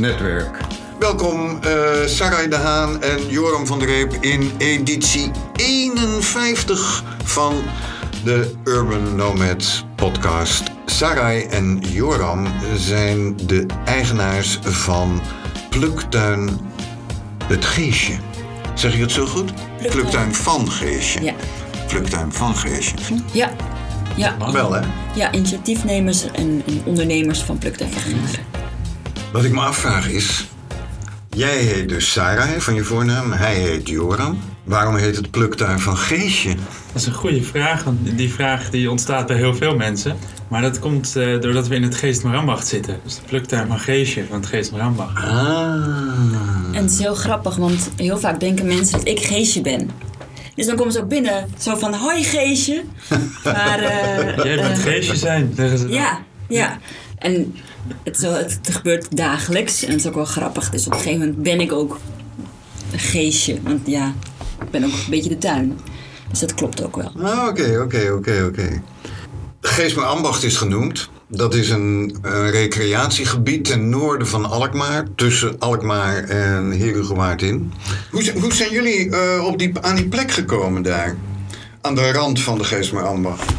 Netwerk. Welkom Sarai de Haan en Joram van der Reep in editie 51 van de Urban Nomad podcast. Sarai en Joram zijn de eigenaars van Pluktuin Het Geestje. Zeg ik het zo goed? Pluktuin van Geestje. Ja. Pluktuin van Geestje. Ja. Wel, hè? Ja, initiatiefnemers en ondernemers van Pluktuin van Geestje. Wat ik me afvraag is... Jij heet dus Sarai van je voornaam, hij heet Joram. Waarom heet het Pluktuin van Geestje? Dat is een goede vraag, want die vraag die ontstaat bij heel veel mensen. Maar dat komt doordat we in het Geestmerambacht zitten. Dus de Pluktuin van Geestje van het Geestmerambacht. En het is heel grappig, want heel vaak denken mensen dat ik Geestje ben. Dus dan komen ze ook binnen, zo van, hoi Geestje. Maar, jij bent Geestje zijn, zeggen ze dan. Ja. En het gebeurt dagelijks en het is ook wel grappig. Dus op een gegeven moment ben ik ook een Geestje. Want ja, ik ben ook een beetje de tuin. Dus dat klopt ook wel. Oké. Geestmerambacht is genoemd. Dat is een recreatiegebied ten noorden van Alkmaar. Tussen Alkmaar en Herugewaard in. Hoe zijn jullie aan die plek gekomen daar? Aan de rand van de Geestmerambacht?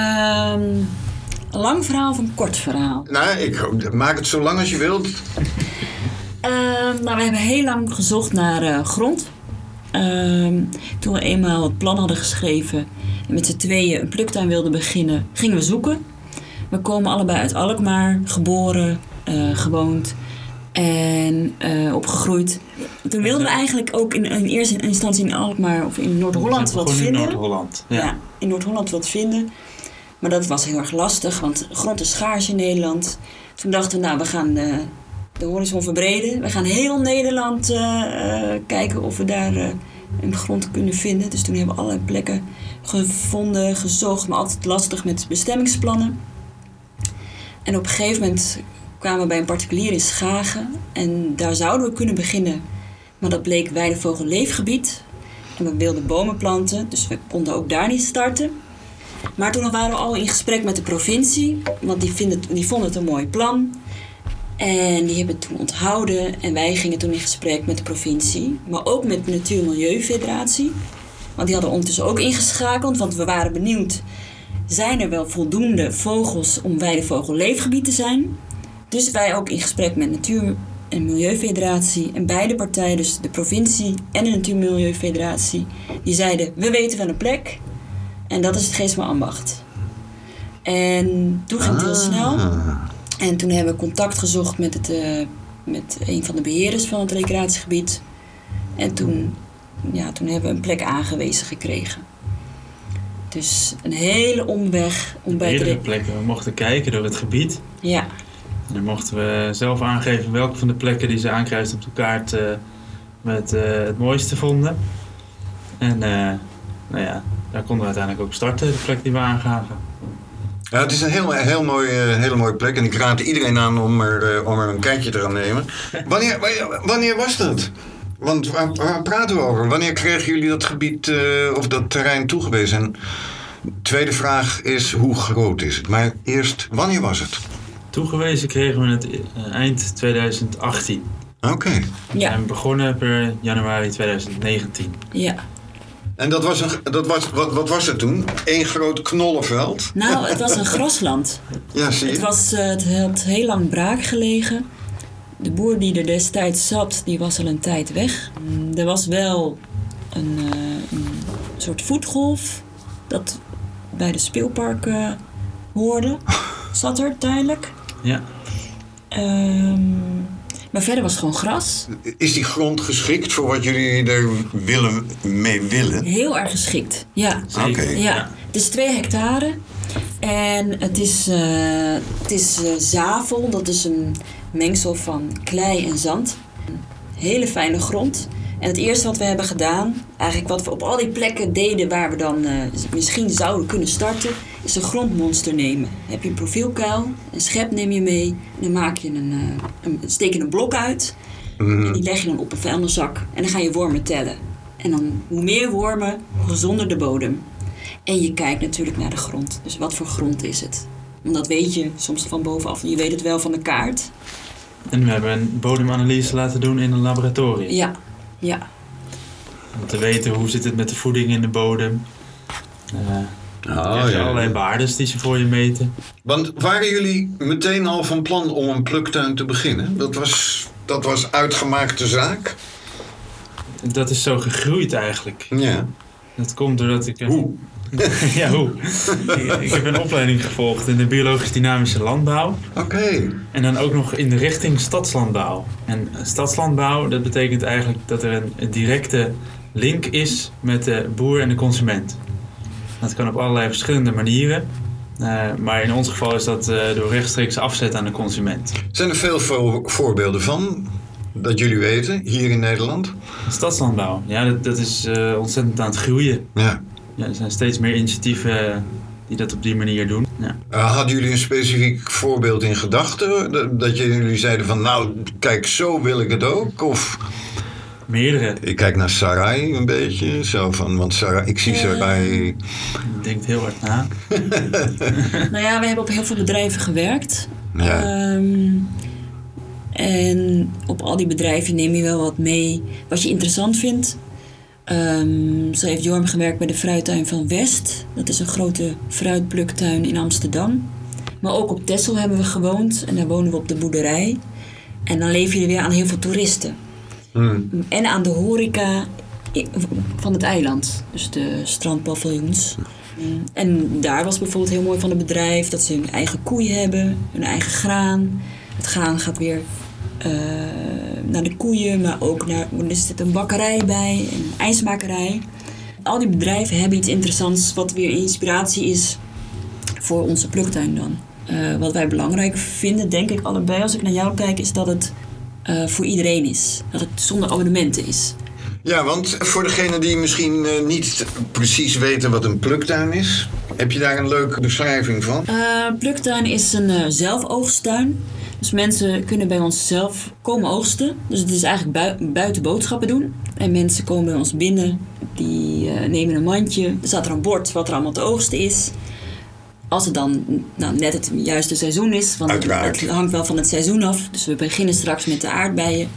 Een lang verhaal of een kort verhaal? Nou, maak het zo lang als je wilt. We hebben heel lang gezocht naar grond. Toen we eenmaal het plan hadden geschreven en met z'n tweeën een pluktuin wilden beginnen, gingen we zoeken. We komen allebei uit Alkmaar, geboren, gewoond en opgegroeid. Toen wilden we eigenlijk ook in eerste instantie in Alkmaar of in Noord-Holland wat vinden. In Noord-Holland, ja, in Noord-Holland wat vinden. Maar dat was heel erg lastig, want grond is schaars in Nederland. Toen dachten we, we gaan de horizon verbreden. We gaan heel Nederland kijken of we daar een grond kunnen vinden. Dus toen hebben we allerlei plekken gevonden, gezocht, maar altijd lastig met bestemmingsplannen. En op een gegeven moment kwamen we bij een particulier in Schagen. En daar zouden we kunnen beginnen. Maar dat bleek weidevogelleefgebied. En we wilden bomen planten, dus we konden ook daar niet starten. Maar toen waren we al in gesprek met de provincie, want die vonden het een mooi plan. En die hebben het toen onthouden en wij gingen toen in gesprek met de provincie. Maar ook met de Natuur- en Milieufederatie. Want die hadden ondertussen ook ingeschakeld, want we waren benieuwd. Zijn er wel voldoende vogels om weidevogelleefgebied te zijn? Dus wij ook in gesprek met Natuur- en Milieufederatie. En beide partijen, dus de provincie en de Natuur- en Milieufederatie, die zeiden, we weten wel een plek. En dat is het Geestmerambacht. En toen ging het heel snel. En toen hebben we contact gezocht met een van de beheerders van het recreatiegebied. En toen hebben we een plek aangewezen gekregen. Dus een hele omweg om bij meerdere plekken. We mochten kijken door het gebied. Ja. En dan mochten we zelf aangeven welke van de plekken die ze aankruisten op de kaart met het mooiste vonden. En daar konden we uiteindelijk ook starten, de plek die we aangaven. Ja, het is een hele mooie plek en ik raad iedereen aan om er een kijkje te gaan nemen. Wanneer was dat? Want waar praten we over? Wanneer kregen jullie dat gebied of dat terrein toegewezen? En de tweede vraag is, hoe groot is het? Maar eerst, wanneer was het? Toegewezen kregen we het eind 2018. Oké. Ja. En we begonnen per januari 2019. Ja. En wat was het toen? Eén groot knollenveld? Nou, het was een grasland. Ja, zie je. Het had heel lang braak gelegen. De boer die er destijds zat, die was al een tijd weg. Er was wel een soort voetgolf dat bij de speelparken hoorde. Zat er tijdelijk. Ja. Maar verder was het gewoon gras. Is die grond geschikt voor wat jullie er mee willen? Heel erg geschikt, ja. Zeker. Okay. Ja. Het is 2 hectare. En het is zavel. Dat is een mengsel van klei en zand. Hele fijne grond. En het eerste wat we hebben gedaan, eigenlijk wat we op al die plekken deden waar we dan misschien zouden kunnen starten, is een grondmonster nemen. Dan heb je een profielkuil, een schep neem je mee, en dan maak je steek je een blok uit. En die leg je dan op een vuilniszak en dan ga je wormen tellen. En dan hoe meer wormen, hoe gezonder de bodem. En je kijkt natuurlijk naar de grond. Dus wat voor grond is het? Want dat weet je soms van bovenaf. Je weet het wel van de kaart. En we hebben een bodemanalyse laten doen in een laboratorium. Ja. Om te weten hoe zit het met de voeding in de bodem. Er zijn allerlei waarden die ze voor je meten. Want waren jullie meteen al van plan om een pluktuin te beginnen? Dat was uitgemaakte zaak? Dat is zo gegroeid eigenlijk. Ja. Dat komt doordat ik... Hoe? Ja, hoe? Ik heb een opleiding gevolgd in de biologisch dynamische landbouw. Oké. En dan ook nog in de richting stadslandbouw. En stadslandbouw, dat betekent eigenlijk dat er een directe link is met de boer en de consument. Dat kan op allerlei verschillende manieren. Maar in ons geval is dat door rechtstreeks afzet aan de consument. Zijn er veel voorbeelden van, dat jullie weten, hier in Nederland? Stadslandbouw, ja, dat is ontzettend aan het groeien. Ja. Ja, er zijn steeds meer initiatieven die dat op die manier doen. Ja. Hadden jullie een specifiek voorbeeld in gedachten? Dat jullie zeiden van, nou, kijk, zo wil ik het ook? Of... Meerdere. Ik kijk naar Sarai een beetje, zo van, want Sarai, ik zie Sarai... Je denkt heel hard na. Nou ja, we hebben op heel veel bedrijven gewerkt. Ja. En op al die bedrijven neem je wel wat mee wat je interessant vindt. Zo heeft Jorm gewerkt bij de fruittuin van West. Dat is een grote fruitpluktuin in Amsterdam. Maar ook op Texel hebben we gewoond. En daar wonen we op de boerderij. En dan leef je er weer aan heel veel toeristen. En aan de horeca van het eiland. Dus de strandpaviljoens. En daar was bijvoorbeeld heel mooi van het bedrijf dat ze hun eigen koeien hebben, hun eigen graan. Het graan gaat weer naar de koeien, maar ook er zit een bakkerij bij, een ijsmakerij. Al die bedrijven hebben iets interessants wat weer inspiratie is voor onze pluktuin dan. Wat wij belangrijk vinden, denk ik allebei als ik naar jou kijk, is dat het voor iedereen is. Dat het zonder abonnementen is. Ja, want voor degenen die misschien niet precies weten wat een pluktuin is, heb je daar een leuke beschrijving van? Pluktuin is een zelfoogsttuin. Dus mensen kunnen bij ons zelf komen oogsten. Dus het is eigenlijk buiten boodschappen doen. En mensen komen bij ons binnen, die nemen een mandje. Er staat er een bord wat er allemaal te oogsten is. Als het dan net het juiste seizoen is, want het hangt wel van het seizoen af. Dus we beginnen straks met de aardbeien.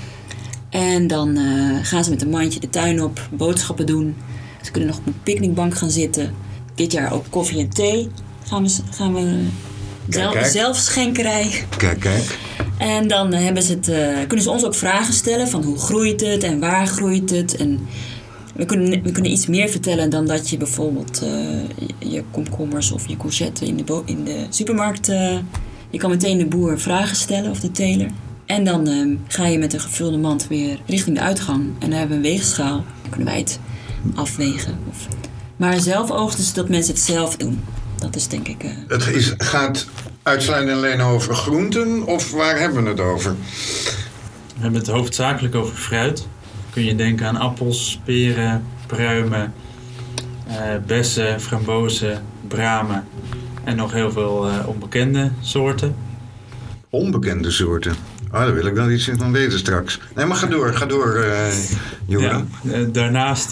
En dan gaan ze met een mandje de tuin op, boodschappen doen. Ze kunnen nog op een picknickbank gaan zitten. Dit jaar ook koffie en thee gaan we zelfschenkerij. Kijk. En dan kunnen ze ons ook vragen stellen van hoe groeit het en waar groeit het. En we kunnen iets meer vertellen dan dat je bijvoorbeeld je komkommers of je courgette in de supermarkt... je kan meteen de boer vragen stellen of de teler. En dan ga je met een gevulde mand weer richting de uitgang. En dan hebben we een weegschaal. Dan kunnen wij het afwegen. Maar zelfoogsten is dat mensen het zelf doen. Dat is denk ik... Het gaat uitsluitend alleen over groenten of waar hebben we het over? We hebben het hoofdzakelijk over fruit. Kun je denken aan appels, peren, pruimen, bessen, frambozen, bramen en nog heel veel onbekende soorten. Onbekende soorten? Daar wil ik dan iets van weten straks. Nee, maar ga door, Joran. Ja, daarnaast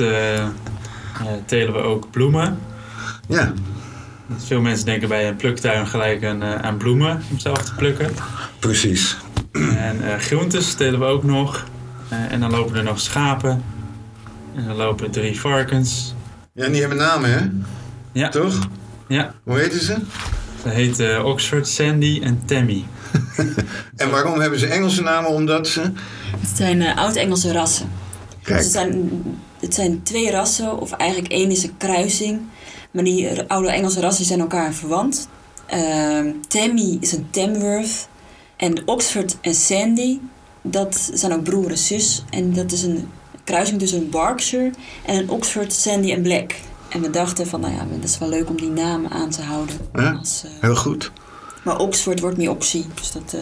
telen we ook bloemen. Ja. Veel mensen denken bij een pluktuin gelijk aan bloemen om zelf te plukken. Precies. En groentes telen we ook nog. En dan lopen er nog schapen. En dan lopen 3 varkens. Ja, en die hebben namen, hè? Ja. Toch? Ja. Hoe heten ze? Ze heten Oxford, Sandy en Tammy. En waarom hebben ze Engelse namen? Omdat ze... Het zijn oud-Engelse rassen. Kijk. Dus het zijn 2 rassen, of eigenlijk 1 is een kruising. Maar die oude Engelse rassen zijn elkaar verwant. Tammy is een Tamworth. En Oxford en Sandy, dat zijn ook broer en zus. En dat is een kruising tussen een Berkshire en een Oxford, Sandy en Black. En we dachten van, dat is wel leuk om die namen aan te houden. Ja, heel goed. Maar Oxford wordt meer Oxy. Dus dat,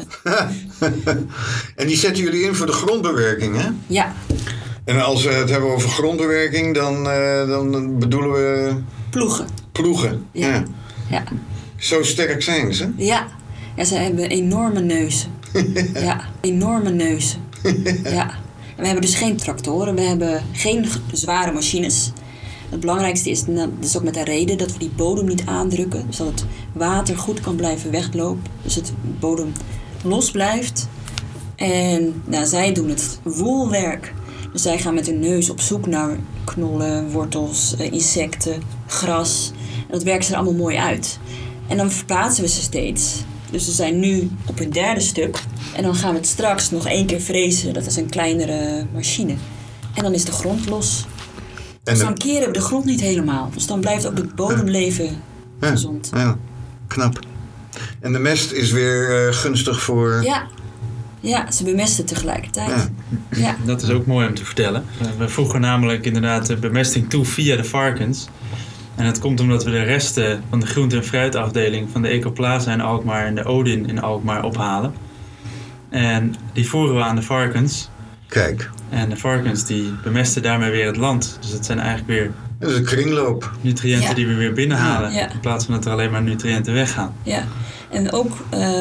En die zetten jullie in voor de grondbewerking, hè? Ja. En als we het hebben over grondbewerking, dan bedoelen we... Ploegen, ja. Zo sterk zijn ze? Ja, ze hebben enorme neuzen. Ja, enorme neuzen. Ja. En we hebben dus geen tractoren, we hebben geen zware machines. Het belangrijkste is, dat is ook met de reden, dat we die bodem niet aandrukken. Dus dat het water goed kan blijven weglopen. Dus het bodem los blijft. En zij doen het woelwerk. Dus zij gaan met hun neus op zoek naar knollen, wortels, insecten, gras. En dat werken ze er allemaal mooi uit. En dan verplaatsen we ze steeds. Dus ze zijn nu op hun 3e stuk. En dan gaan we het straks nog 1 keer frezen. Dat is een kleinere machine. En dan is de grond los. Dus dan keren we de grond niet helemaal. Dus dan blijft ook de bodemleven gezond. Ja, knap. En de mest is weer gunstig voor... Ja, ze bemesten tegelijkertijd. Ja. Dat is ook mooi om te vertellen. We voegen namelijk inderdaad de bemesting toe via de varkens. En dat komt omdat we de resten van de groente- en fruitafdeling van de Ecoplaza in Alkmaar en de Odin in Alkmaar ophalen. En die voeren we aan de varkens. Kijk. En de varkens die bemesten daarmee weer het land. Dus het zijn eigenlijk weer... Dat is een kringloop. Nutriënten die we weer binnenhalen. Ja. In plaats van dat er alleen maar nutriënten weggaan. Ja. En ook,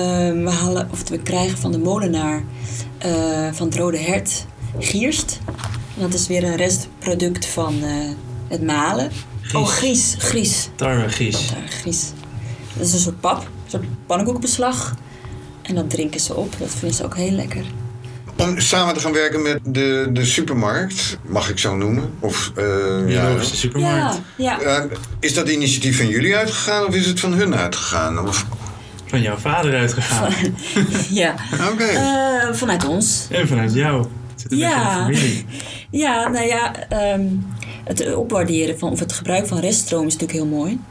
we krijgen van de molenaar van het Rode Hert gierst. En dat is weer een restproduct van het malen. Gries. Tarwegries. Dat is een soort pap, een soort pannenkoekbeslag. En dat drinken ze op. Dat vinden ze ook heel lekker. Om samen te gaan werken met de supermarkt, mag ik zo noemen? Of biologische supermarkt. Ja. Is dat initiatief van jullie uitgegaan of is het van hun uitgegaan? Of... Van jouw vader uitgegaan. Ja. Oké. Vanuit ons. En vanuit jou. Het zit een beetje in de familie. Ja, het opwaarderen of het gebruik van reststroom is natuurlijk heel mooi.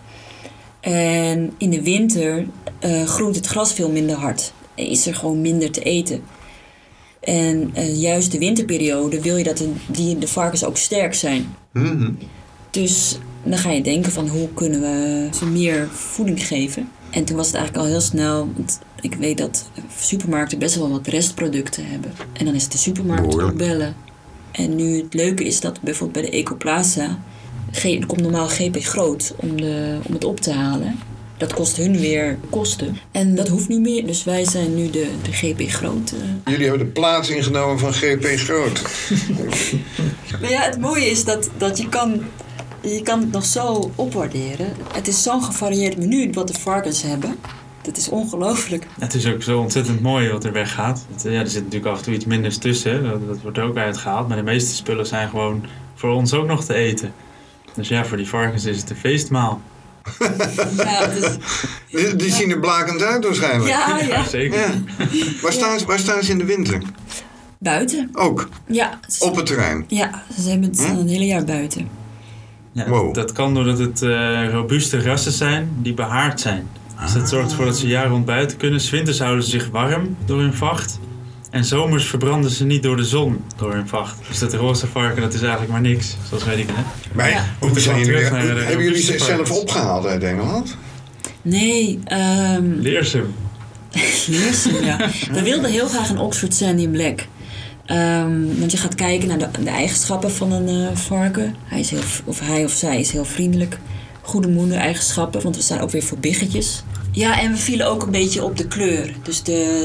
En in de winter groeit het gras veel minder hard. Is er gewoon minder te eten. En juist de winterperiode wil je dat de varkens ook sterk zijn. Mm-hmm. Dus dan ga je denken van hoe kunnen we ze meer voeding geven. En toen was het eigenlijk al heel snel, want ik weet dat supermarkten best wel wat restproducten hebben. En dan is de supermarkt ook bellen. En nu het leuke is dat bijvoorbeeld bij de Ecoplaza, er komt normaal GP Groot om het op te halen. Dat kost hun weer kosten. En dat hoeft niet meer, dus wij zijn nu de GP Groot. Jullie hebben de plaats ingenomen van GP Groot. Maar ja, het mooie is dat je kan het nog zo opwaarderen. Het is zo'n gevarieerd menu wat de varkens hebben. Dat is ongelooflijk. Het is ook zo ontzettend mooi wat er weggaat. Er zit natuurlijk af en toe iets minder tussen. Dat wordt er ook uitgehaald. Maar de meeste spullen zijn gewoon voor ons ook nog te eten. Dus ja, voor die varkens is het een feestmaal. Ja, die zien er blakend uit waarschijnlijk. Ja. Zeker. Ja. Waar staan ze in de winter? Buiten. Ook? Ja. Op het terrein? Ja, ze hebben het een hele jaar buiten. Ja, wow. Dat kan doordat het robuuste rassen zijn die behaard zijn. Dus dat zorgt ervoor dat ze jaar rond buiten kunnen. 's Winters houden ze zich warm door hun vacht. En zomers verbranden ze niet door de zon door hun vacht. Dus dat roze varken, dat is eigenlijk maar niks. Zoals weet ik het. Maar hoe zijn jullie? Hebben jullie ze zelf opgehaald uit Engeland? Nee. Leersum. Leersum, ja. We wilden heel graag een Oxford Sandy Black. Want je gaat kijken naar de eigenschappen van een varken. Hij of zij is heel vriendelijk. Goede moedereigenschappen, want we staan ook weer voor biggetjes. Ja, en we vielen ook een beetje op de kleur. Dus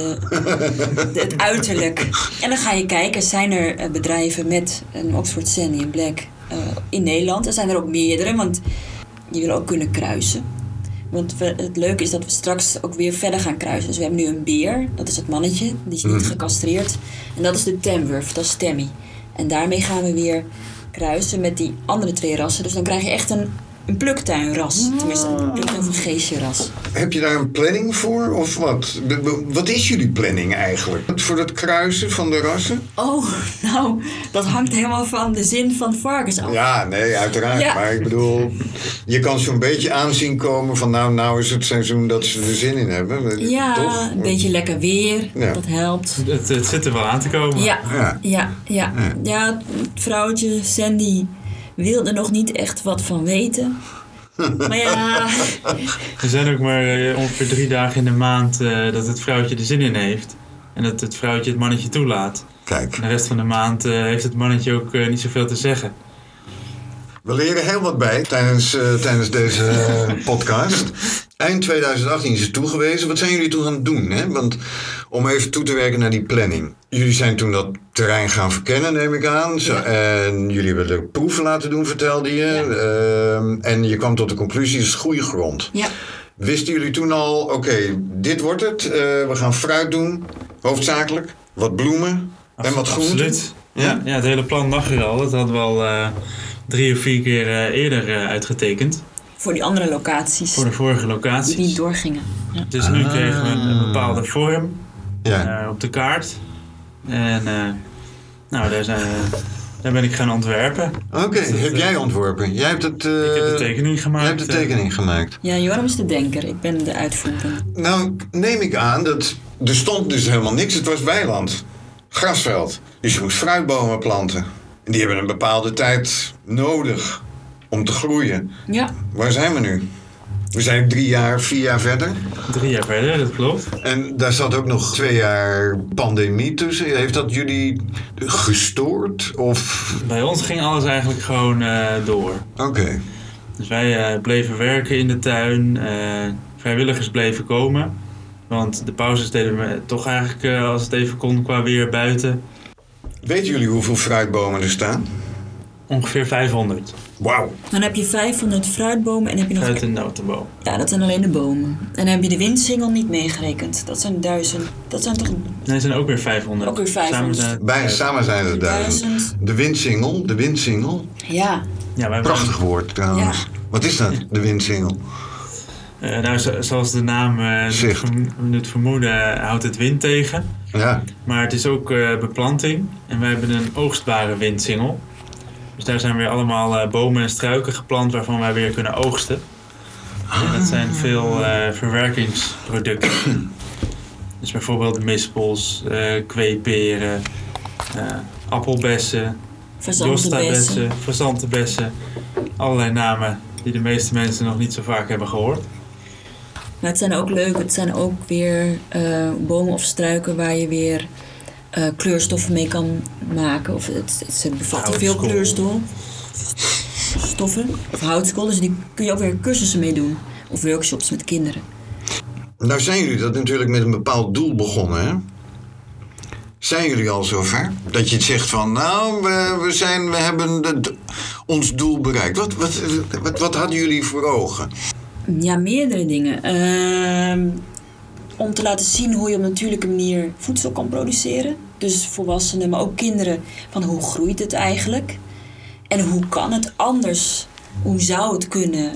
het uiterlijk. En dan ga je kijken, zijn er bedrijven met een Oxford Sandy Black in Nederland? Er zijn er ook meerdere, want je wil ook kunnen kruisen. Want het leuke is dat we straks ook weer verder gaan kruisen. Dus we hebben nu een beer, dat is het mannetje, die is niet gecastreerd. En dat is de Tamworth, dat is Tammy. En daarmee gaan we weer kruisen met die andere 2 rassen. Dus dan krijg je echt een pluktuinras. Tenminste, een pluktuin- of een geestjeras. Heb je daar een planning voor? Of wat? Wat is jullie planning eigenlijk? Voor het kruisen van de rassen? Oh, nou, dat hangt helemaal van de zin van varkens af. Ja, nee, uiteraard. Ja. Maar ik bedoel, je kan zo'n beetje aanzien komen van nou is het seizoen dat ze er zin in hebben. Ja, toch? Een beetje lekker weer. Ja. Dat helpt. Het zit er wel aan te komen. Ja, het vrouwtje Sandy wilde nog niet echt wat van weten. Maar ja. Er zijn ook maar ongeveer 3 dagen in de maand dat het vrouwtje er zin in heeft. En dat het vrouwtje het mannetje toelaat. Kijk. En de rest van de maand heeft het mannetje ook niet zoveel te zeggen. We leren heel wat bij tijdens deze podcast. Eind 2018 is het toegewezen. Wat zijn jullie toen aan het doen? Hè? Want om even toe te werken naar die planning. Jullie zijn toen dat terrein gaan verkennen, neem ik aan. Ja. En jullie hebben de proeven laten doen, vertelde je. Ja. En je kwam tot de conclusie, het is goede grond. Ja. Wisten jullie toen al, oké, dit wordt het. We gaan fruit doen, hoofdzakelijk. wat bloemen en wat groenten. Absoluut. Ja, het hele plan lag er al. Dat hadden we al 3 of 4 keer eerder uitgetekend. Voor die andere locaties. Voor de vorige locaties. Die niet doorgingen. Ja. Dus nu kregen we een bepaalde vorm op de kaart. En daar ben ik gaan ontwerpen. Oké, heb jij ontworpen? Jij hebt het, ik heb de tekening gemaakt. Jij hebt de tekening gemaakt. Ja, Joram is de denker. Ik ben de uitvoerder. Nou, neem ik aan dat er stond dus helemaal niks. Het was weiland. Grasveld. Dus je moest fruitbomen planten. En die hebben een bepaalde tijd nodig om te groeien. Ja. Waar zijn we nu? We zijn 3 jaar, 4 jaar verder. 3 jaar verder, dat klopt. En daar zat ook nog 2 jaar pandemie tussen. Heeft dat jullie gestoord? Of? Bij ons ging alles eigenlijk gewoon door. Oké. Dus wij bleven werken in de tuin. Vrijwilligers bleven komen. Want de pauzes deden we toch eigenlijk, als het even kon, qua weer buiten. Weten jullie hoeveel fruitbomen er staan? Ongeveer 500. Wauw. Dan heb je 500 fruitbomen en heb je nog... Fruit- en notenboom. Ja, dat zijn alleen de bomen. En dan heb je de windsingel niet meegerekend. Dat zijn 1000. Dat zijn toch... Nee, het zijn ook weer 500. Ook weer 500. Samen zijn het 1000. De windsingel. Ja. Prachtig woord trouwens. Ja. Wat is dat, de windsingel? Zoals de naam doet vermoeden, houdt het wind tegen. Ja. Maar het is ook beplanting. En wij hebben een oogstbare windsingel. Dus daar zijn weer allemaal bomen en struiken geplant waarvan wij weer kunnen oogsten. En dat zijn veel verwerkingsproducten. Dus bijvoorbeeld mispels, kweeperen, appelbessen, jostabessen, fazantenbessen. Allerlei namen die de meeste mensen nog niet zo vaak hebben gehoord. Maar het zijn ook leuk. Het zijn ook weer bomen of struiken waar je weer kleurstoffen mee kan maken. Of het bevatten veel kleurstoffen. Of houtskool. Dus die kun je ook weer cursussen mee doen. Of workshops met kinderen. Nou zijn jullie dat natuurlijk met een bepaald doel begonnen, hè? Zijn jullie al zover? Dat je het zegt van, nou, we hebben ons doel bereikt. Wat hadden jullie voor ogen? Ja, meerdere dingen. Om te laten zien hoe je op natuurlijke manier voedsel kan produceren. Dus volwassenen, maar ook kinderen. Van hoe groeit het eigenlijk? En hoe kan het anders? Hoe zou het kunnen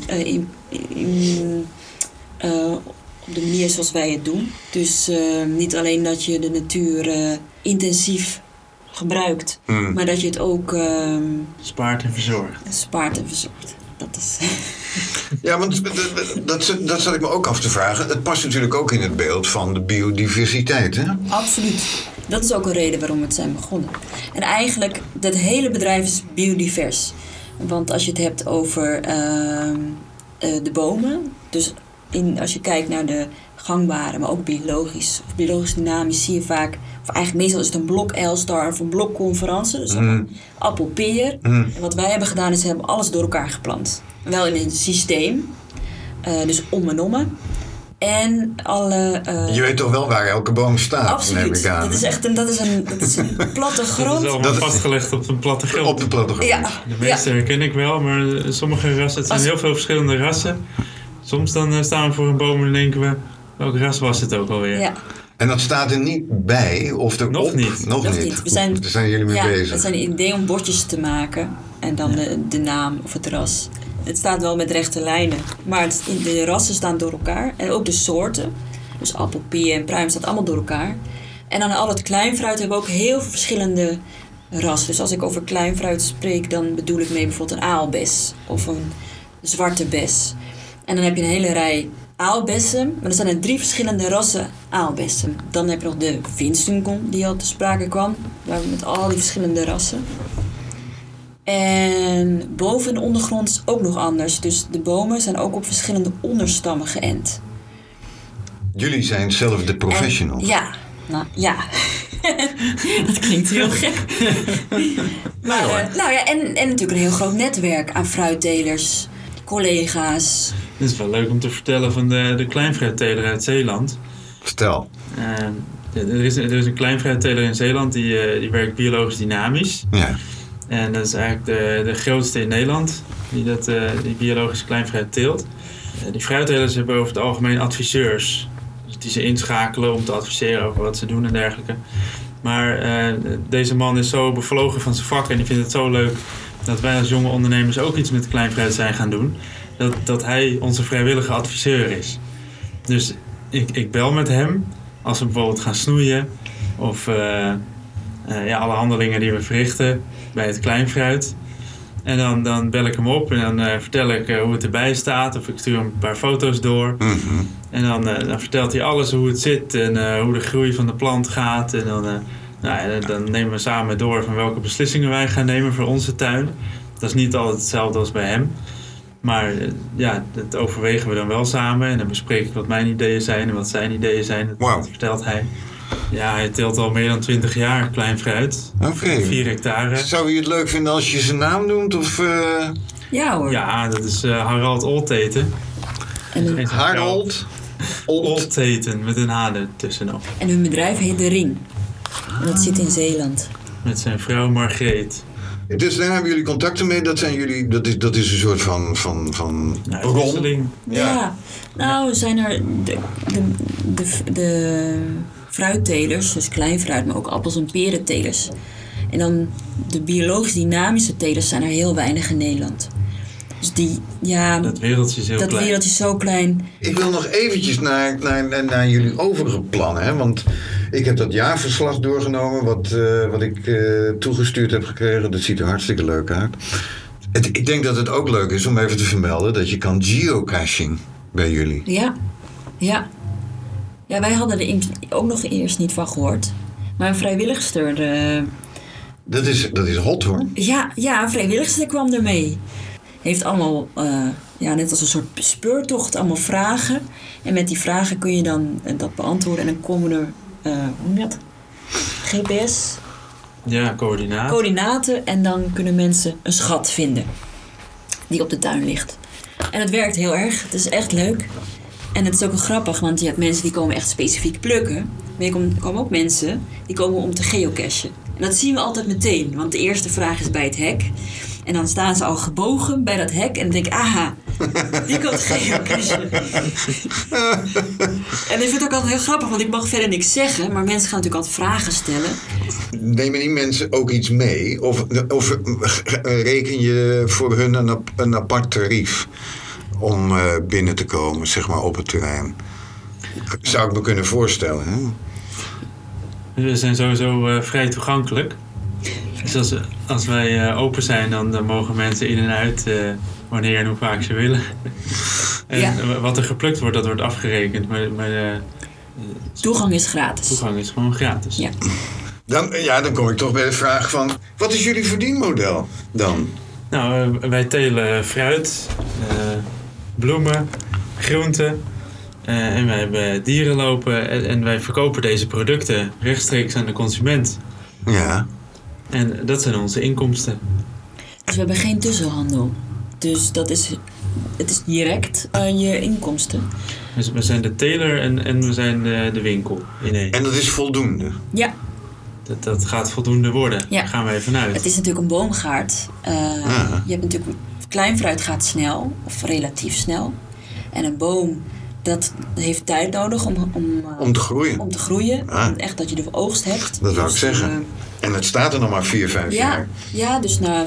op de manier zoals wij het doen? Dus niet alleen dat je de natuur intensief gebruikt. Maar dat je het ook... spaart en verzorgt. Spaart en verzorgt. Dat is... Ja, want dat zat ik me ook af te vragen. Het past natuurlijk ook in het beeld van de biodiversiteit, hè? Absoluut. Dat is ook een reden waarom we het zijn begonnen. En eigenlijk, dat hele bedrijf is biodivers. Want als je het hebt over de bomen... Dus als je kijkt naar de gangbare, maar ook biologisch... of biologisch dynamisch, zie je vaak... of eigenlijk meestal is het een blok Elstar of een blok Conference. Dus appel, peer. En wat wij hebben gedaan is, we hebben alles door elkaar geplant. Wel in een systeem. Dus om en om. En alle... Je weet toch wel waar elke boom staat? Absoluut. Dat is echt dat is een platte grond. Dat is allemaal vastgelegd op een platte grond. Op de platte grond. Ja. De meeste herken ik wel, maar sommige rassen... Het zijn heel veel verschillende rassen. Soms dan staan we voor een boom en denken we... welk ras was het ook alweer? Ja. En dat staat er niet bij? Of er Nog op? niet. Nog niet. Daar zijn jullie mee bezig. Het zijn een idee om bordjes te maken. En dan de naam of het ras. Het staat wel met rechte lijnen. Maar de rassen staan door elkaar. En ook de soorten. Dus appel, peer en pruim staat allemaal door elkaar. En dan al het kleinfruit hebben we ook heel veel verschillende rassen. Dus als ik over kleinfruit spreek, dan bedoel ik mee bijvoorbeeld een aalbes. Of een zwarte bes. En dan heb je een hele rij aalbessen. Maar er zijn er 3 verschillende rassen aalbessen. Dan heb je nog de Winstunkel die al te sprake kwam. Met al die verschillende rassen. En boven in de ondergrond is ook nog anders. Dus de bomen zijn ook op verschillende onderstammen geënt. Jullie zijn zelf de professionals. Ja. Dat klinkt heel gek. Maar, en natuurlijk een heel groot netwerk aan fruittelers, collega's. Het is wel leuk om te vertellen van de kleinfruitteler uit Zeeland. Vertel. Er is een kleinfruitteler in Zeeland die werkt biologisch dynamisch. Ja. En dat is eigenlijk de grootste in Nederland die biologische kleinfruit teelt. Die fruittelers hebben over het algemeen adviseurs. Dus die ze inschakelen om te adviseren over wat ze doen en dergelijke. Maar deze man is zo bevlogen van zijn vak en die vindt het zo leuk dat wij als jonge ondernemers ook iets met kleinfruit zijn gaan doen. Dat hij onze vrijwillige adviseur is. Dus ik bel met hem als we bijvoorbeeld gaan snoeien of alle handelingen die we verrichten bij het kleinfruit. En dan bel ik hem op en dan vertel ik hoe het erbij staat of ik stuur hem een paar foto's door. Mhm. En dan vertelt hij alles hoe het zit en hoe de groei van de plant gaat. En dan nemen we samen door van welke beslissingen wij gaan nemen voor onze tuin. Dat is niet altijd hetzelfde als bij hem. Maar dat overwegen we dan wel samen. En dan bespreek ik wat mijn ideeën zijn en wat zijn ideeën zijn. Dat vertelt hij. Ja, hij teelt al meer dan 20 jaar kleinfruit. Oké. 4 hectare. Zou je het leuk vinden als je zijn naam noemt? Of, Ja hoor. Ja, dat is Harald Olteten. En Harold Olteten met een H ertussenop. En hun bedrijf heet De Ring. En dat zit in Zeeland. Met zijn vrouw Margreet. Dus daar hebben jullie contacten mee. Dat is een soort van bron. Wisseling. Ja. Nou zijn er de fruittelers, dus kleinfruit, maar ook appels- en perentelers. En dan de biologisch dynamische telers zijn er heel weinig in Nederland. Dus dat wereldje is heel klein. Dat wereldje is zo klein. Ik wil nog eventjes naar jullie overige plannen. Hè? Want ik heb dat jaarverslag doorgenomen wat ik toegestuurd heb gekregen. Dat ziet er hartstikke leuk uit. Ik denk dat het ook leuk is om even te vermelden dat je kan geocaching bij jullie. Ja, wij hadden er ook nog eerst niet van gehoord. Maar een vrijwilligster... Dat is hot hoor. Ja, een vrijwilligster kwam ermee. Heeft allemaal, net als een soort speurtocht, allemaal vragen. En met die vragen kun je dan dat beantwoorden. En dan komen er, GPS... Ja, coördinaten. En dan kunnen mensen een schat vinden. Die op de tuin ligt. En het werkt heel erg. Het is echt leuk. En het is ook wel grappig, want je hebt mensen die komen echt specifiek plukken. Maar er komen ook mensen die komen om te geocachen. En dat zien we altijd meteen. Want de eerste vraag is bij het hek. En dan staan ze al gebogen bij dat hek. En dan denk ik, aha, die komt geocachen. En ik vind het ook altijd heel grappig, want ik mag verder niks zeggen. Maar mensen gaan natuurlijk altijd vragen stellen. Nemen die mensen ook iets mee? Of reken je voor hun een apart tarief om binnen te komen, zeg maar, op het terrein? Zou ik me kunnen voorstellen, hè? We zijn sowieso vrij toegankelijk. Dus als wij open zijn, dan mogen mensen in en uit wanneer en hoe vaak ze willen. En wat er geplukt wordt, dat wordt afgerekend. Maar toegang is gratis. Toegang is gewoon gratis. Ja. Dan kom ik toch bij de vraag van, wat is jullie verdienmodel dan? Nou, wij telen fruit, bloemen, groenten. En wij hebben dieren lopen en wij verkopen deze producten rechtstreeks aan de consument. Ja. En dat zijn onze inkomsten. Dus we hebben geen tussenhandel. Dus het is direct je inkomsten. Dus we zijn de teler en we zijn de winkel in één. En dat is voldoende? Ja. Dat gaat voldoende worden. Ja. Daar gaan we even uit. Het is natuurlijk een boomgaard. Je hebt natuurlijk... Kleinfruit gaat snel, of relatief snel. En een boom, dat heeft tijd nodig om te groeien. Echt dat je de oogst hebt. Dat wou ik zeggen. En het staat er nog maar 4-5 jaar. Ja, dus na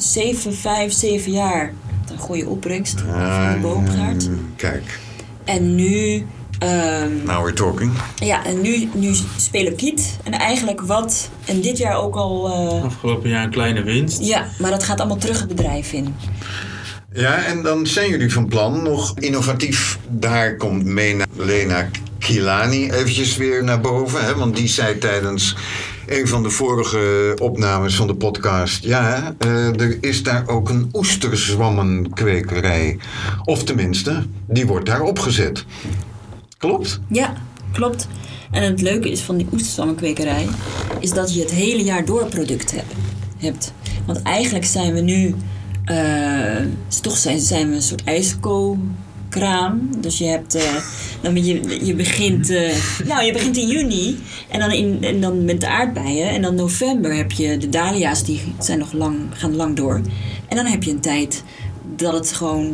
7 jaar een goede opbrengst van de boomgaard. Kijk. En nu... Now we're talking. Ja, en nu spelen we kiet. En eigenlijk en dit jaar ook al... Afgelopen jaar een kleine winst. Ja, maar dat gaat allemaal terug het bedrijf in. Ja, en dan zijn jullie van plan nog innovatief. Daar komt Lena Kilani eventjes weer naar boven. Hè? Want die zei tijdens een van de vorige opnames van de podcast... Ja, er is daar ook een oesterzwammenkwekerij. Of tenminste, die wordt daar opgezet. Klopt? Ja, klopt. En het leuke is van die oesterzwammenkwekerij... is dat je het hele jaar door product hebt. Want eigenlijk zijn we nu... zijn we een soort ijsko-kraam. Dus je hebt... je begint in juni. En dan met de aardbeien. En dan november heb je de dahlia's. Die gaan lang door. En dan heb je een tijd dat het gewoon...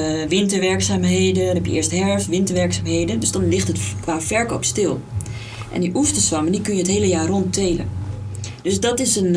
winterwerkzaamheden. Dan heb je eerst herfst, winterwerkzaamheden. Dus dan ligt het qua verkoop stil. En die oesterzwammen, die kun je het hele jaar rond telen. Dus dat is een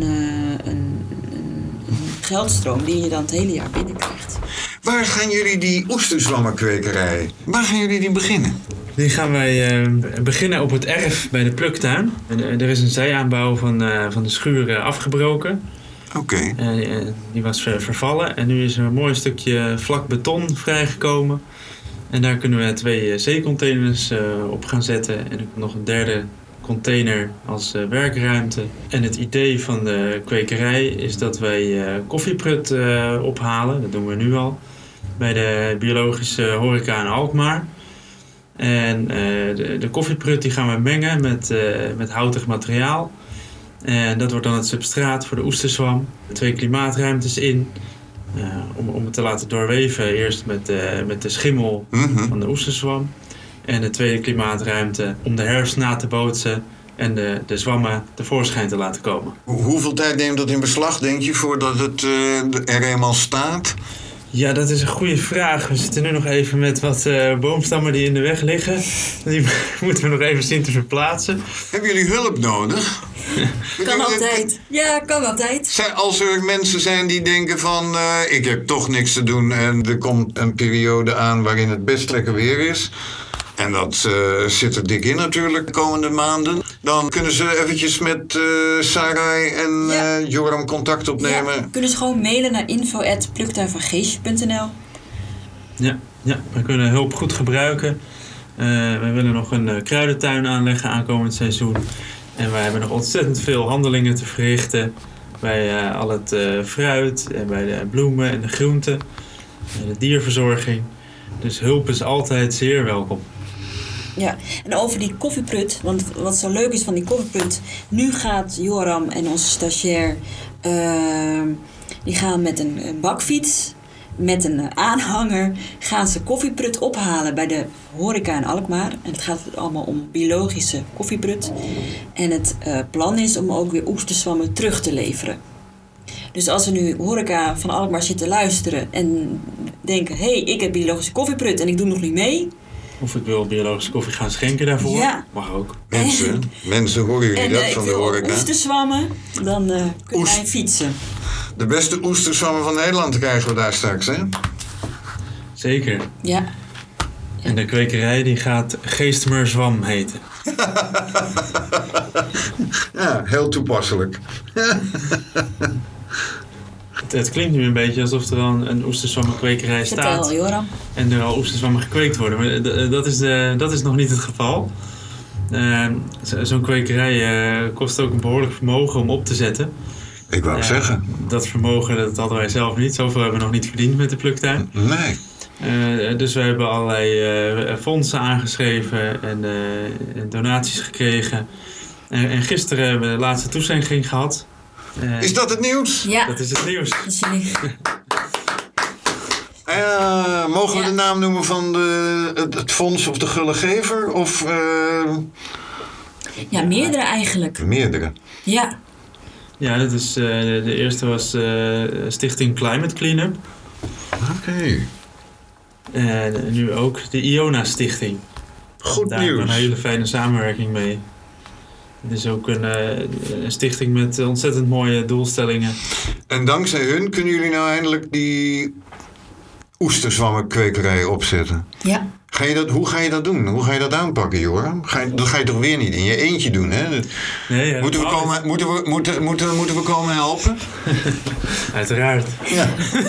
geldstroom die je dan het hele jaar binnenkrijgt. Waar gaan jullie die oesterzwammenkwekerij, waar gaan jullie die beginnen? Die gaan wij beginnen op het erf bij de pluktuin. Er is een zijaanbouw van de schuur afgebroken. Oké. Die was vervallen en nu is er een mooi stukje vlak beton vrijgekomen. En daar kunnen we 2 zeecontainers op gaan zetten. En nog een derde container als werkruimte. En het idee van de kwekerij is dat wij koffieprut ophalen. Dat doen we nu al. Bij de biologische horeca in Alkmaar. En de koffieprut die gaan we mengen met houtig materiaal. En dat wordt dan het substraat voor de oesterzwam. 2 klimaatruimtes in. Om het te laten doorweven. Eerst met de schimmel van de oesterzwam. En de tweede klimaatruimte om de herfst na te bootsen. En de zwammen tevoorschijn te laten komen. Hoeveel tijd neemt dat in beslag, denk je, voordat het er eenmaal staat? Ja, dat is een goede vraag. We zitten nu nog even met wat boomstammen die in de weg liggen. Die moeten we nog even zien te verplaatsen. Hebben jullie hulp nodig? Kan altijd. Ja, kan altijd. Als er mensen zijn die denken van... ik heb toch niks te doen en er komt een periode aan waarin het best lekker weer is... En dat zit er dik in natuurlijk de komende maanden. Dan kunnen ze eventjes met Sarai en Joram contact opnemen. Ja, kunnen ze gewoon mailen naar info@pluktuinvangeestje.nl. Ja, we kunnen hulp goed gebruiken. We willen nog een kruidentuin aanleggen aankomend seizoen. En wij hebben nog ontzettend veel handelingen te verrichten. Bij al het fruit en bij de bloemen en de groenten. De dierverzorging. Dus hulp is altijd zeer welkom. Ja, en over die koffieprut, want wat zo leuk is van die koffieprut... Nu gaat Joram en onze stagiair, die gaan met een bakfiets, met een aanhanger... gaan ze koffieprut ophalen bij de horeca in Alkmaar. En het gaat allemaal om biologische koffieprut. En het plan is om ook weer oesterzwammen terug te leveren. Dus als er nu horeca van Alkmaar zit te luisteren en denken... Hé, ik heb biologische koffieprut en ik doe nog niet mee... Of ik wil biologische koffie gaan schenken daarvoor. Ja. Mag ook. Mensen, horen jullie dat van de horeca? En oesterzwammen, dan kunnen wij fietsen. De beste oesterzwammen van Nederland krijgen we daar straks, hè? Zeker. Ja. En de kwekerij die gaat Geestmerzwam heten. Ja, heel toepasselijk. Het klinkt nu een beetje alsof er al een oesterzwammenkwekerij staat. Vertel, Joram. En er al oesterzwammen gekweekt worden. Maar dat is nog niet het geval. Zo'n kwekerij kost ook een behoorlijk vermogen om op te zetten. Ik wou zeggen. Dat vermogen dat hadden wij zelf niet. Zoveel hebben we nog niet verdiend met de pluktuin. Nee. Dus we hebben allerlei fondsen aangeschreven en donaties gekregen. En gisteren hebben we de laatste toezegging gehad. Is dat het nieuws? Ja. Dat is het nieuws. Dat is jullie. Mogen we de naam noemen van het fonds of de gullegever? Of, Ja, meerdere eigenlijk. Meerdere? Ja. Ja, dat is, de eerste was Stichting Climate Cleanup. Oké. En nu ook de Iona Stichting. Goed Daar nieuws. hebben we een hele fijne samenwerking mee. Het is ook een stichting met ontzettend mooie doelstellingen. En dankzij hun kunnen jullie nou eindelijk die oesterzwammenkwekerij opzetten. Ja. Hoe ga je dat doen? Hoe ga je dat aanpakken, Joram? Dat ga je toch weer niet in je eentje doen, hè? Nee, Moeten we komen helpen? Uiteraard. Ja.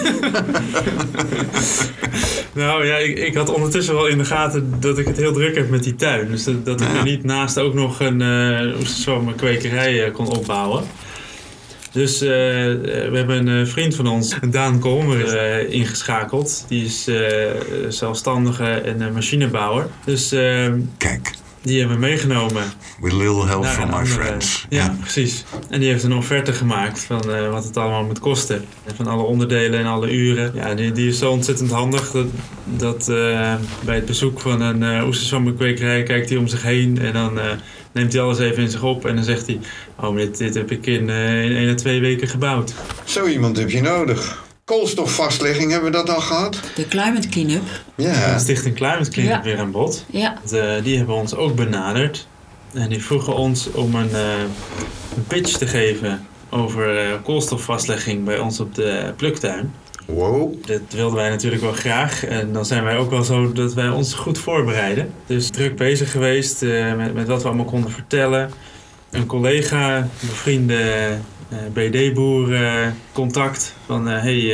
Nou ja, ik had ondertussen wel in de gaten dat ik het heel druk heb met die tuin. Dus dat ik er niet naast ook nog een oesterzwammenkwekerij kon opbouwen. Dus we hebben een vriend van ons, Daan Kolmer, ingeschakeld. Die is zelfstandige en machinebouwer. Dus Kijk. die hebben we meegenomen. With little help from my friends. Ja, precies. En die heeft een offerte gemaakt van wat het allemaal moet kosten. En van alle onderdelen en alle uren. Ja, die is zo ontzettend handig dat bij het bezoek van een oesterzwammenkwekerij kijkt hij om zich heen. En dan neemt hij alles even in zich op. En dan zegt hij, oh, dit heb ik in 1 à 2 weken gebouwd. Zo iemand heb je nodig. Koolstofvastlegging, hebben we dat al gehad? De Climate Cleanup. Ja. Stichting Climate Cleanup weer aan bod. Ja. Die hebben ons ook benaderd. En die vroegen ons om een pitch te geven over koolstofvastlegging bij ons op de pluktuin. Wow. Dat wilden wij natuurlijk wel graag. En dan zijn wij ook wel zo dat wij ons goed voorbereiden. Dus druk bezig geweest met wat we allemaal konden vertellen. Een collega, bevriende BD-boer contact van...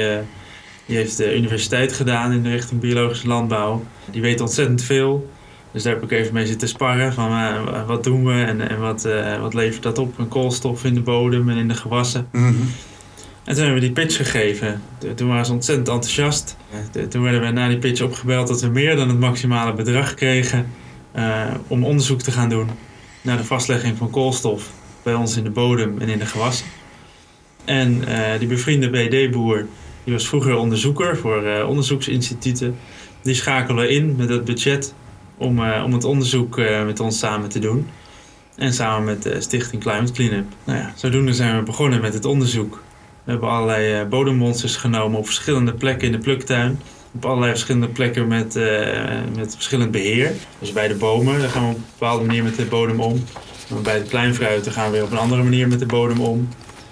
die heeft de universiteit gedaan in de richting biologische landbouw. Die weet ontzettend veel. Dus daar heb ik even mee zitten sparren van wat doen we en wat levert dat op? Een koolstof in de bodem en in de gewassen. Mm-hmm. En toen hebben we die pitch gegeven. Toen waren ze ontzettend enthousiast. Toen werden we na die pitch opgebeld dat we meer dan het maximale bedrag kregen om onderzoek te gaan doen naar de vastlegging van koolstof bij ons in de bodem en in de gewassen. En die bevriende BD-boer, die was vroeger onderzoeker voor onderzoeksinstituten. Die schakelen in met dat budget om het onderzoek met ons samen te doen. En samen met de Stichting Climate Cleanup. Nou ja, zodoende zijn we begonnen met het onderzoek. We hebben allerlei bodemmonsters genomen op verschillende plekken in de pluktuin. Op allerlei verschillende plekken met verschillend beheer. Dus bij de bomen, daar gaan we op een bepaalde manier met de bodem om. Maar bij het kleinfruit gaan we weer op een andere manier met de bodem om.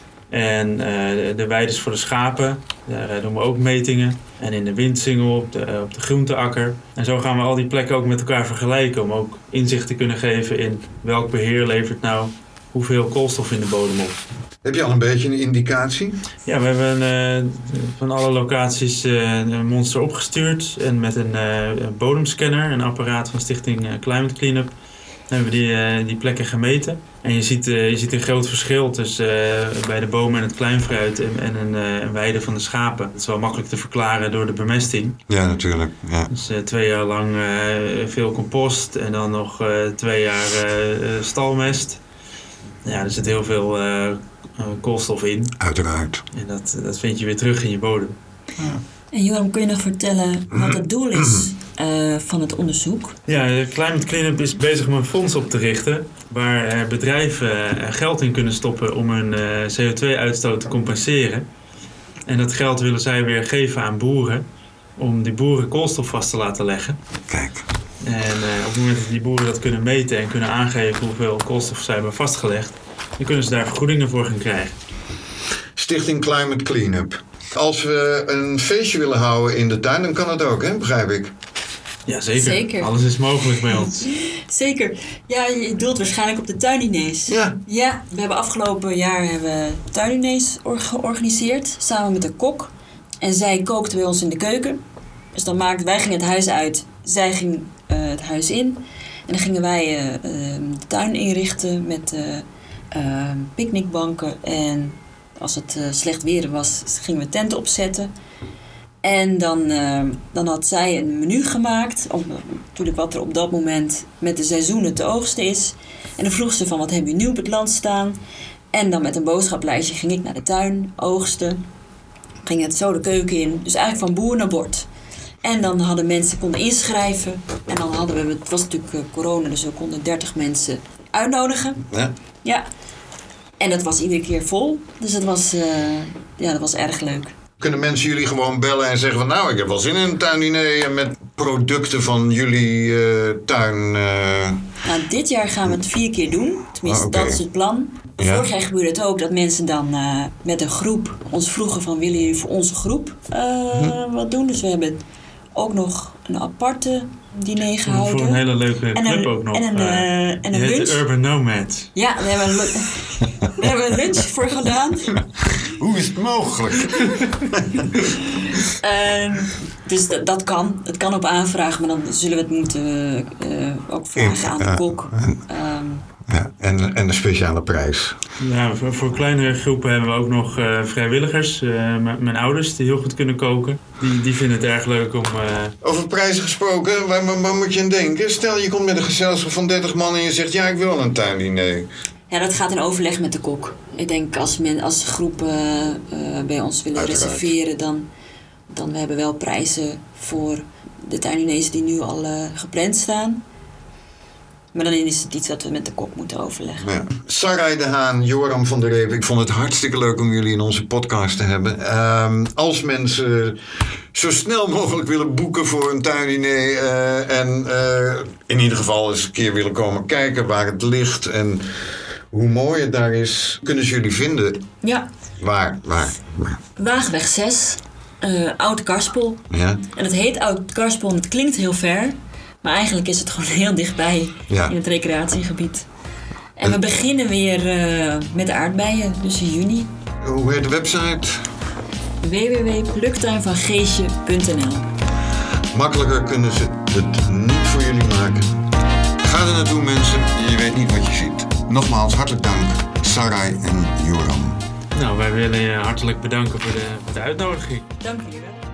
En de weides voor de schapen, daar doen we ook metingen. En in de windsingel, op de groenteakker. En zo gaan we al die plekken ook met elkaar vergelijken. Om ook inzicht te kunnen geven in welk beheer levert nou hoeveel koolstof in de bodem op. Heb je al een beetje een indicatie? Ja, we hebben van alle locaties een monster opgestuurd. En met een bodemscanner, een apparaat van Stichting Climate Cleanup, hebben we die plekken gemeten. En je ziet een groot verschil tussen bij de bomen en het kleinfruit en een weide van de schapen. Dat is wel makkelijk te verklaren door de bemesting. Ja, natuurlijk. Ja. Dus 2 jaar lang veel compost en dan nog 2 jaar stalmest. Ja, er zit heel veel koolstof in. Uiteraard. En dat vind je weer terug in je bodem. Ja. En Joram, kun je nog vertellen wat het doel is van het onderzoek? Ja, de Climate Cleanup is bezig om een fonds op te richten waar bedrijven geld in kunnen stoppen om hun CO2-uitstoot te compenseren. En dat geld willen zij weer geven aan boeren om die boeren koolstof vast te laten leggen. Kijk. En op het moment dat die boeren dat kunnen meten en kunnen aangeven hoeveel koolstof zij hebben vastgelegd, dan kunnen ze daar vergoedingen voor gaan krijgen. Stichting Climate Cleanup. Als we een feestje willen houden in de tuin, dan kan dat ook, hè? Begrijp ik. Ja, zeker. Zeker. Alles is mogelijk bij ons. Zeker. Ja, je doelt waarschijnlijk op de tuindiners. Ja. Ja, we hebben afgelopen jaar tuindiners georganiseerd, samen met een kok. En zij kookte bij ons in de keuken. Dus dan wij gingen het huis uit, zij ging het huis in. En dan gingen wij de tuin inrichten met picknickbanken. En als het slecht weer was, gingen we tenten opzetten. En dan had zij een menu gemaakt, natuurlijk wat er op dat moment met de seizoenen te oogsten is. En dan vroeg ze van, wat hebben jullie nu op het land staan? En dan met een boodschaplijstje ging ik naar de tuin, oogsten. Ging het zo de keuken in, dus eigenlijk van boer naar bord. En dan hadden mensen konden inschrijven. En dan hadden we, het was natuurlijk corona, dus we konden 30 mensen uitnodigen. Ja. Ja. En dat was iedere keer vol. Dus dat was erg leuk. Kunnen mensen jullie gewoon bellen en zeggen van, nou, ik heb wel zin in een tuindiner met producten van jullie tuin? Nou, dit jaar gaan we het 4 keer doen. Tenminste, Okay. Dat is het plan. Ja. Vorig jaar gebeurde het ook dat mensen dan met een groep ons vroegen van, willen jullie voor onze groep wat doen? Dus we hebben ook nog een aparte diner gehouden. Voor een hele leuke club ook nog. En een die heet lunch. de Urban Nomads. Ja, daar hebben we een lunch voor gedaan. Hoe is het mogelijk? Dus dat kan. Het kan op aanvraag, maar dan zullen we het moeten ook vragen aan de kok. Ja, en een speciale prijs. Ja, voor kleinere groepen hebben we ook nog vrijwilligers. Mijn ouders die heel goed kunnen koken. Die vinden het erg leuk om... Over prijzen gesproken, waar moet je aan denken? Stel je komt met een gezelschap van 30 man en je zegt, ja, ik wil een tuindiner. Ja, dat gaat in overleg met de kok. Ik denk als groepen bij ons willen Uiteraard. reserveren, dan we hebben wel prijzen voor de tuindiners die nu al gepland staan. Maar dan is het iets dat we met de kok moeten overleggen. Ja. Sarai de Haan, Joram van der Reep. Ik vond het hartstikke leuk om jullie in onze podcast te hebben. Als mensen zo snel mogelijk willen boeken voor een tuindiner... en in ieder geval eens een keer willen komen kijken waar het ligt... en hoe mooi het daar is, kunnen ze jullie vinden. Ja. Waar? Waagweg 6, Oud-Karspel. Ja? En het heet Oud-Karspel en het klinkt heel ver... maar eigenlijk is het gewoon heel dichtbij in het recreatiegebied. En we beginnen weer met de aardbeien, dus in juni. Hoe heet de website? www.pluktuinvangeesje.nl. Makkelijker kunnen ze het niet voor jullie maken. Ga er naartoe mensen, je weet niet wat je ziet. Nogmaals, hartelijk dank, Sarai en Joram. Nou, wij willen je hartelijk bedanken voor de uitnodiging. Dank jullie wel.